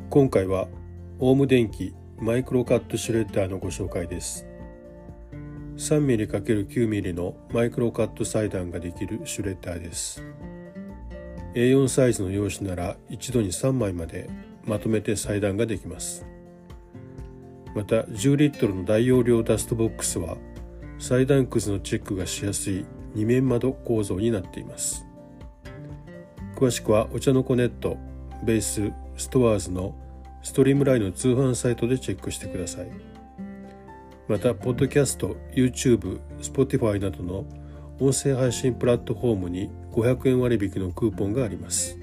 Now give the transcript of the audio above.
今回はオウム電機マイクロカットシュレッダーのご紹介です。 3mm×9mm のマイクロカット裁断ができるシュレッダーです。 A4 サイズの用紙なら一度に3枚までまとめて裁断ができます。また10リットルの大容量ダストボックスは裁断くずのチェックがしやすい2面窓構造になっています。詳しくはお茶の子ネット、ベース、ストアーズのストリームラインの通販サイトでチェックしてください。またポッドキャスト、YouTube、Spotify などの音声配信プラットフォームに500円割引のクーポンがあります。